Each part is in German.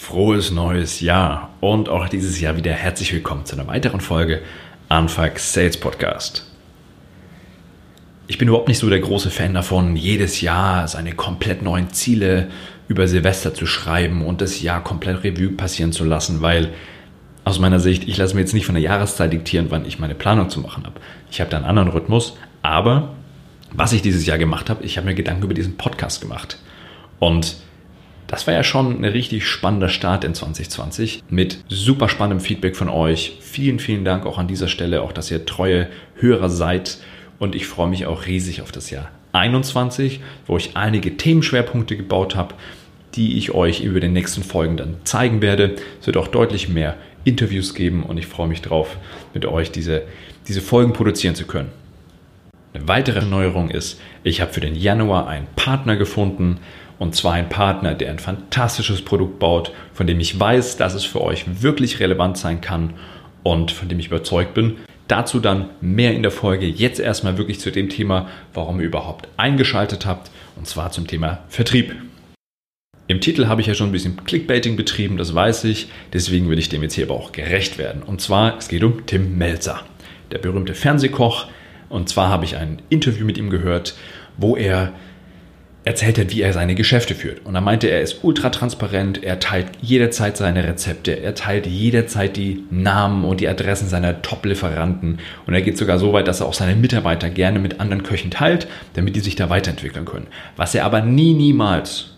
Frohes neues Jahr und auch dieses Jahr wieder herzlich willkommen zu einer weiteren Folge Anfang Sales Podcast. Ich bin überhaupt nicht so der große Fan davon, jedes Jahr seine komplett neuen Ziele über Silvester zu schreiben und das Jahr komplett Revue passieren zu lassen, weil aus meiner Sicht, ich lasse mir jetzt nicht von der Jahreszeit diktieren, wann ich meine Planung zu machen habe. Ich habe da einen anderen Rhythmus, aber was ich dieses Jahr gemacht habe, ich habe mir Gedanken über diesen Podcast gemacht und das war ja schon ein richtig spannender Start in 2020 mit super spannendem Feedback von euch. Vielen, vielen Dank auch an dieser Stelle, auch dass ihr treue Hörer seid. Und ich freue mich auch riesig auf das Jahr 2021, wo ich einige Themenschwerpunkte gebaut habe, die ich euch über den nächsten Folgen dann zeigen werde. Es wird auch deutlich mehr Interviews geben und ich freue mich drauf, mit euch diese Folgen produzieren zu können. Eine weitere Neuerung ist, ich habe für den Januar einen Partner gefunden. Und zwar ein Partner, der ein fantastisches Produkt baut, von dem ich weiß, dass es für euch wirklich relevant sein kann und von dem ich überzeugt bin. Dazu dann mehr in der Folge. Jetzt erstmal wirklich zu dem Thema, warum ihr überhaupt eingeschaltet habt, und zwar zum Thema Vertrieb. Im Titel habe ich ja schon ein bisschen Clickbaiting betrieben, das weiß ich. Deswegen will ich dem jetzt hier aber auch gerecht werden. Und zwar, es geht um Tim Melzer, der berühmte Fernsehkoch. Und zwar habe ich ein Interview mit ihm gehört, wo er erzählt hat, wie er seine Geschäfte führt. Und er meinte, er ist ultra transparent, er teilt jederzeit seine Rezepte, er teilt jederzeit die Namen und die Adressen seiner Top-Lieferanten. Und er geht sogar so weit, dass er auch seine Mitarbeiter gerne mit anderen Köchen teilt, damit die sich da weiterentwickeln können. Was er aber niemals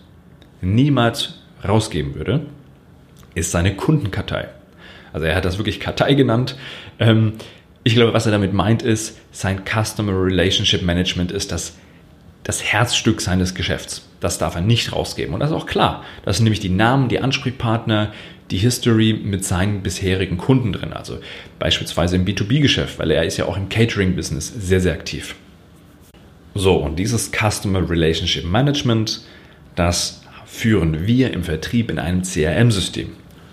rausgeben würde, ist seine Kundenkartei. Also er hat das wirklich Kartei genannt. Ich glaube, was er damit meint ist, sein Customer Relationship Management ist das Herzstück seines Geschäfts. Das darf er nicht rausgeben. Und das ist auch klar. Das sind nämlich die Namen, die Ansprechpartner, die History mit seinen bisherigen Kunden drin. Also beispielsweise im B2B-Geschäft, weil er ist ja auch im Catering-Business sehr, sehr aktiv. So, und dieses Customer Relationship Management, das führen wir im Vertrieb in einem CRM-System.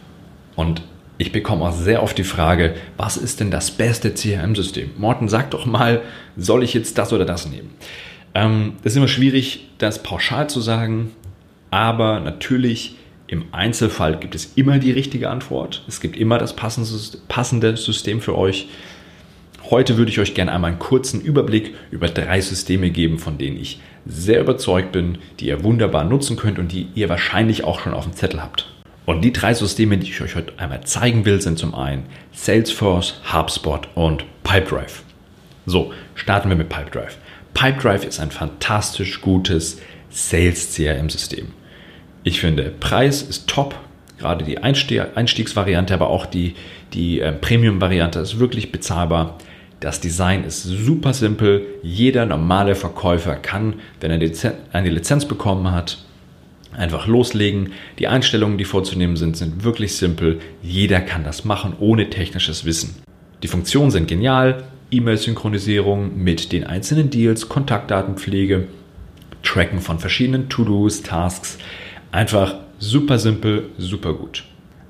Und ich bekomme auch sehr oft die Frage, was ist denn das beste CRM-System? Morten, sag doch mal, soll ich jetzt das oder das nehmen? Es ist immer schwierig, das pauschal zu sagen, aber natürlich im Einzelfall gibt es immer die richtige Antwort. Es gibt immer das passende System für euch. Heute würde ich euch gerne einmal einen kurzen Überblick über 3 Systeme geben, von denen ich sehr überzeugt bin, die ihr wunderbar nutzen könnt und die ihr wahrscheinlich auch schon auf dem Zettel habt. Und die 3 Systeme, die ich euch heute einmal zeigen will, sind zum einen Salesforce, HubSpot und Pipedrive. So, starten wir mit Pipedrive. Pipedrive ist ein fantastisch gutes Sales-CRM-System. Ich finde, Preis ist top, gerade die Einstiegsvariante, aber auch die Premium-Variante ist wirklich bezahlbar. Das Design ist super simpel. Jeder normale Verkäufer kann, wenn er eine Lizenz bekommen hat, einfach loslegen. Die Einstellungen, die vorzunehmen sind wirklich simpel. Jeder kann das machen, ohne technisches Wissen. Die Funktionen sind genial. E-Mail-Synchronisierung mit den einzelnen Deals, Kontaktdatenpflege, Tracken von verschiedenen To-Dos, Tasks. Einfach super simpel, super gut.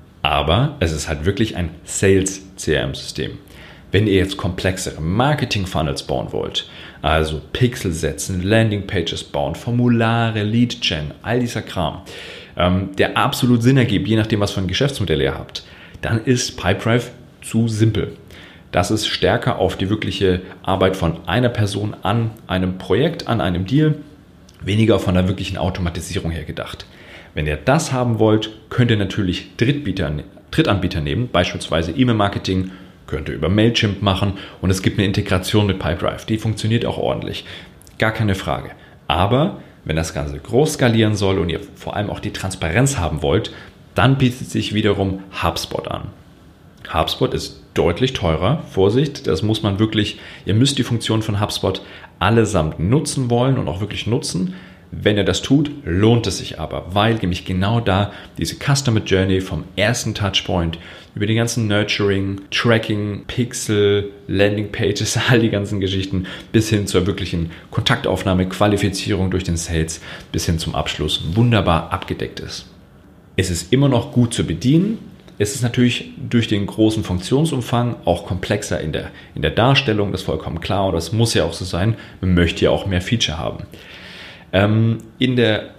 Aber es ist halt wirklich ein Sales-CRM-System. Wenn ihr jetzt komplexere Marketing-Funnels bauen wollt, also Pixel setzen, Landing-Pages bauen, Formulare, Lead-Gen, all dieser Kram, der absolut Sinn ergibt, je nachdem, was für ein Geschäftsmodell ihr habt, dann ist Pipedrive zu simpel. Das ist stärker auf die wirkliche Arbeit von einer Person an einem Projekt, an einem Deal, weniger von der wirklichen Automatisierung her gedacht. Wenn ihr das haben wollt, könnt ihr natürlich Drittanbieter nehmen, beispielsweise E-Mail-Marketing, könnt ihr über Mailchimp machen und es gibt eine Integration mit Pipedrive, die funktioniert auch ordentlich, gar keine Frage. Aber wenn das Ganze groß skalieren soll und ihr vor allem auch die Transparenz haben wollt, dann bietet sich wiederum HubSpot an. HubSpot ist deutlich teurer. Vorsicht, das muss man wirklich, ihr müsst die Funktion von HubSpot allesamt nutzen wollen und auch wirklich nutzen. Wenn ihr das tut, lohnt es sich aber, weil nämlich genau da diese Customer Journey vom ersten Touchpoint über die ganzen Nurturing, Tracking, Pixel, Landing Pages, all die ganzen Geschichten bis hin zur wirklichen Kontaktaufnahme, Qualifizierung durch den Sales bis hin zum Abschluss wunderbar abgedeckt ist. Es ist immer noch gut zu bedienen. Es ist natürlich durch den großen Funktionsumfang auch komplexer in der Darstellung, das ist vollkommen klar und das muss ja auch so sein. Man möchte ja auch mehr Feature haben. In der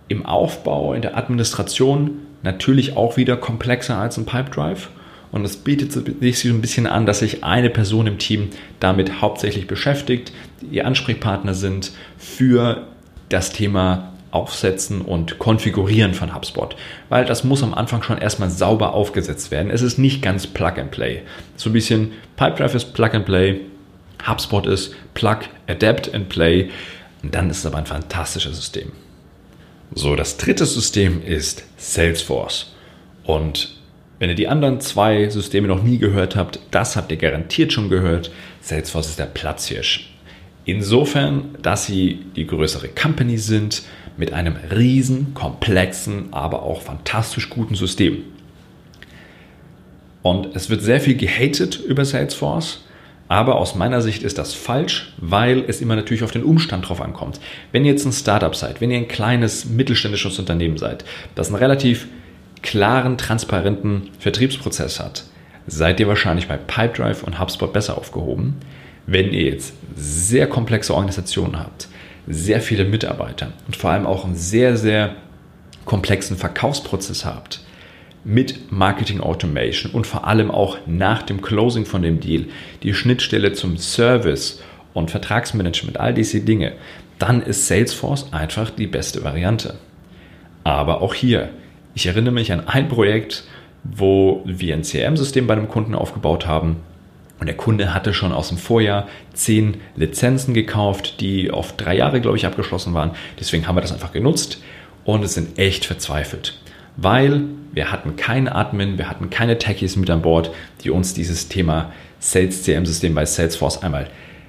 im Aufbau, in der Administration natürlich auch wieder komplexer als ein Pipedrive. Und es bietet sich so ein bisschen an, dass sich eine Person im Team damit hauptsächlich beschäftigt, die Ansprechpartner sind für das Thema Aufsetzen und Konfigurieren von HubSpot. Weil das muss am Anfang schon erstmal sauber aufgesetzt werden. Es ist nicht ganz Plug and Play. So ein bisschen Pipedrive ist Plug and Play, HubSpot ist Plug, Adapt and Play. Und dann ist es aber ein fantastisches System. So, das dritte System ist Salesforce. Und wenn ihr die anderen 2 Systeme noch nie gehört habt, das habt ihr garantiert schon gehört. Salesforce ist der Platzhirsch. Insofern, dass sie die größere Company sind mit einem riesen, komplexen, aber auch fantastisch guten System. Und es wird sehr viel gehatet über Salesforce, aber aus meiner Sicht ist das falsch, weil es immer natürlich auf den Umstand drauf ankommt. Wenn ihr jetzt ein Startup seid, wenn ihr ein kleines, mittelständisches Unternehmen seid, das einen relativ klaren, transparenten Vertriebsprozess hat, seid ihr wahrscheinlich bei Pipedrive und HubSpot besser aufgehoben. Wenn ihr jetzt sehr komplexe Organisationen habt, sehr viele Mitarbeiter und vor allem auch einen sehr, sehr komplexen Verkaufsprozess habt mit Marketing Automation und vor allem auch nach dem Closing von dem Deal, die Schnittstelle zum Service und Vertragsmanagement, all diese Dinge, dann ist Salesforce einfach die beste Variante. Aber auch hier, ich erinnere mich an ein Projekt, wo wir ein CRM-System bei einem Kunden aufgebaut haben und der Kunde hatte schon aus dem Vorjahr 10 Lizenzen gekauft, die auf 3 Jahre, glaube ich, abgeschlossen waren. Deswegen haben wir das einfach genutzt und es sind echt verzweifelt, weil wir hatten keinen Admin, wir hatten keine Techies mit an Bord, die uns dieses Thema Sales CRM-System bei Salesforce einmal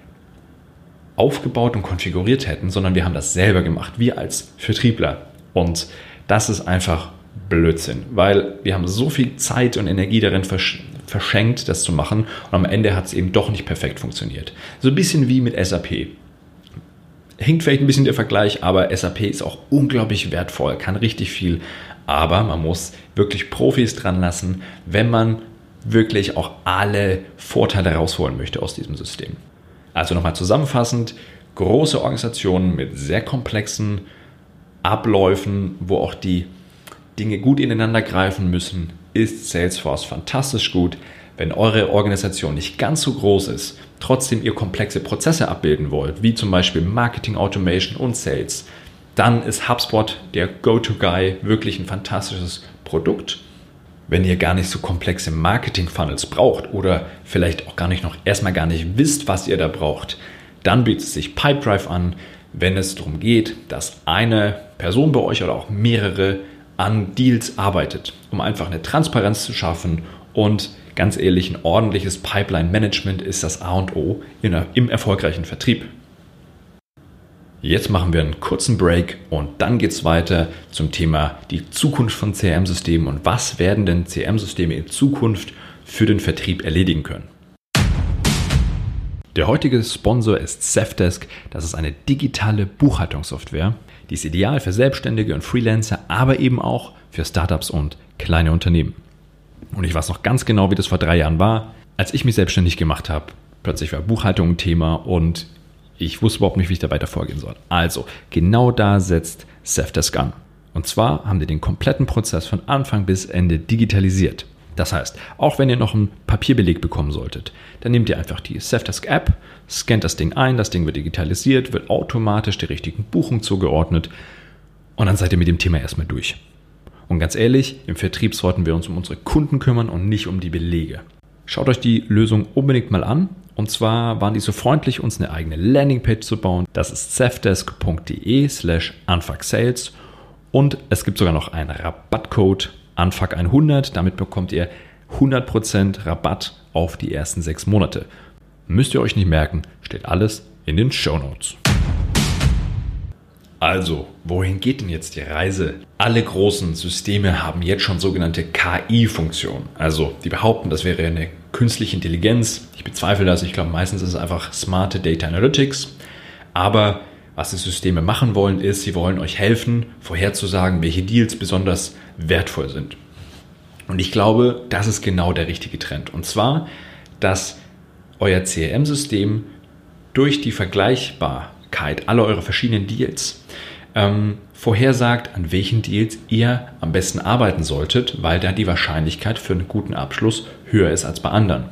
aufgebaut und konfiguriert hätten, sondern wir haben das selber gemacht, wir als Vertriebler. Und das ist einfach Blödsinn, weil wir haben so viel Zeit und Energie darin verschenkt, das zu machen und am Ende hat es eben doch nicht perfekt funktioniert. So ein bisschen wie mit SAP. Hinkt vielleicht ein bisschen der Vergleich, aber SAP ist auch unglaublich wertvoll, kann richtig viel, aber man muss wirklich Profis dran lassen, wenn man wirklich auch alle Vorteile rausholen möchte aus diesem System. Also nochmal zusammenfassend, große Organisationen mit sehr komplexen Abläufen, wo auch die Dinge gut ineinander greifen müssen, ist Salesforce fantastisch gut. Wenn eure Organisation nicht ganz so groß ist, trotzdem ihr komplexe Prozesse abbilden wollt, wie zum Beispiel Marketing Automation und Sales, dann ist HubSpot der Go-To-Guy wirklich ein fantastisches Produkt. Wenn ihr gar nicht so komplexe Marketing-Funnels braucht oder vielleicht auch erstmal gar nicht wisst, was ihr da braucht, dann bietet sich Pipedrive an, wenn es darum geht, dass eine Person bei euch oder auch mehrere an Deals arbeitet, um einfach eine Transparenz zu schaffen und ganz ehrlich, ein ordentliches Pipeline-Management ist das A und O im erfolgreichen Vertrieb. Jetzt machen wir einen kurzen Break und dann geht es weiter zum Thema die Zukunft von CRM-Systemen und was werden denn CRM-Systeme in Zukunft für den Vertrieb erledigen können. Der heutige Sponsor ist Safdesk. Das ist eine digitale Buchhaltungssoftware. Die ist ideal für Selbstständige und Freelancer, aber eben auch für Startups und kleine Unternehmen. Und ich weiß noch ganz genau, wie das vor 3 Jahren war, als ich mich selbstständig gemacht habe. Plötzlich war Buchhaltung ein Thema und ich wusste überhaupt nicht, wie ich da weiter vorgehen soll. Also, genau da setzt Safdesk an. Und zwar haben die den kompletten Prozess von Anfang bis Ende digitalisiert. Das heißt, auch wenn ihr noch einen Papierbeleg bekommen solltet, dann nehmt ihr einfach die Safdesk-App, scannt das Ding ein, das Ding wird digitalisiert, wird automatisch der richtigen Buchung zugeordnet und dann seid ihr mit dem Thema erstmal durch. Und ganz ehrlich, im Vertrieb sollten wir uns um unsere Kunden kümmern und nicht um die Belege. Schaut euch die Lösung unbedingt mal an. Und zwar waren die so freundlich, uns eine eigene Landingpage zu bauen. Das ist safdesk.de/unfucksales und es gibt sogar noch einen Rabattcode Unfuck100. Damit bekommt ihr 100% Rabatt auf die ersten 6 Monate. Müsst ihr euch nicht merken, steht alles in den Shownotes. Also, wohin geht denn jetzt die Reise? Alle großen Systeme haben jetzt schon sogenannte KI-Funktionen. Also, die behaupten, das wäre eine künstliche Intelligenz. Ich bezweifle das. Ich glaube, meistens ist es einfach smarte Data Analytics. Aber was die Systeme machen wollen, ist, sie wollen euch helfen, vorherzusagen, welche Deals besonders wertvoll sind. Und ich glaube, das ist genau der richtige Trend. Und zwar, dass euer CRM-System durch die Vergleichbarkeit aller eurer verschiedenen Deals vorhersagt, an welchen Deals ihr am besten arbeiten solltet, weil da die Wahrscheinlichkeit für einen guten Abschluss höher ist als bei anderen.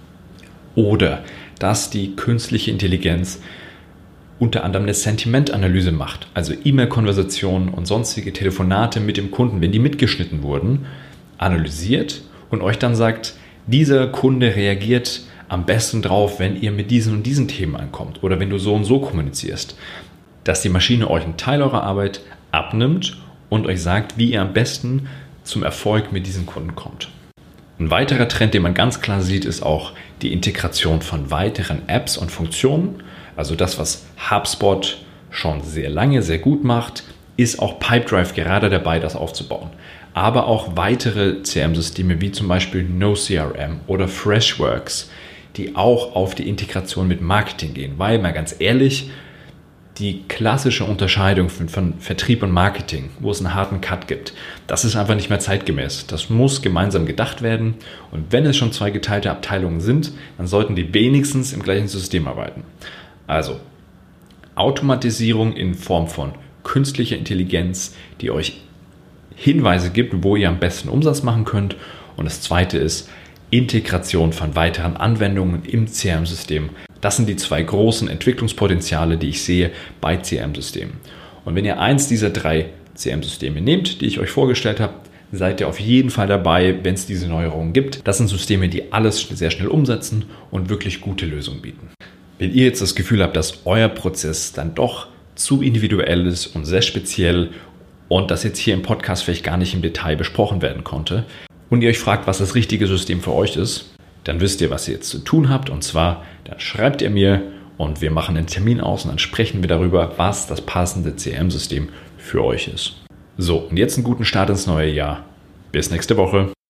Oder dass die künstliche Intelligenz unter anderem eine Sentimentanalyse macht, also E-Mail-Konversationen und sonstige Telefonate mit dem Kunden, wenn die mitgeschnitten wurden, analysiert und euch dann sagt, dieser Kunde reagiert am besten drauf, wenn ihr mit diesen und diesen Themen ankommt oder wenn du so und so kommunizierst. Dass die Maschine euch einen Teil eurer Arbeit abnimmt und euch sagt, wie ihr am besten zum Erfolg mit diesen Kunden kommt. Ein weiterer Trend, den man ganz klar sieht, ist auch die Integration von weiteren Apps und Funktionen. Also das, was HubSpot schon sehr lange sehr gut macht, ist auch Pipedrive gerade dabei, das aufzubauen. Aber auch weitere CRM-Systeme wie zum Beispiel NoCRM oder Freshworks, die auch auf die Integration mit Marketing gehen. Weil, mal ganz ehrlich, die klassische Unterscheidung von Vertrieb und Marketing, wo es einen harten Cut gibt, das ist einfach nicht mehr zeitgemäß. Das muss gemeinsam gedacht werden. Und wenn es schon zwei geteilte Abteilungen sind, dann sollten die wenigstens im gleichen System arbeiten. Also Automatisierung in Form von künstlicher Intelligenz, die euch Hinweise gibt, wo ihr am besten Umsatz machen könnt. Und das zweite ist Integration von weiteren Anwendungen im CRM-System. Das sind die zwei großen Entwicklungspotenziale, die ich sehe bei CRM-Systemen. Und wenn ihr eins dieser drei CRM-Systeme nehmt, die ich euch vorgestellt habe, seid ihr auf jeden Fall dabei, wenn es diese Neuerungen gibt. Das sind Systeme, die alles sehr schnell umsetzen und wirklich gute Lösungen bieten. Wenn ihr jetzt das Gefühl habt, dass euer Prozess dann doch zu individuell ist und sehr speziell und das jetzt hier im Podcast vielleicht gar nicht im Detail besprochen werden konnte und ihr euch fragt, was das richtige System für euch ist, dann wisst ihr, was ihr jetzt zu tun habt. Und zwar, dann schreibt ihr mir und wir machen einen Termin aus und dann sprechen wir darüber, was das passende CRM-System für euch ist. So, und jetzt einen guten Start ins neue Jahr. Bis nächste Woche.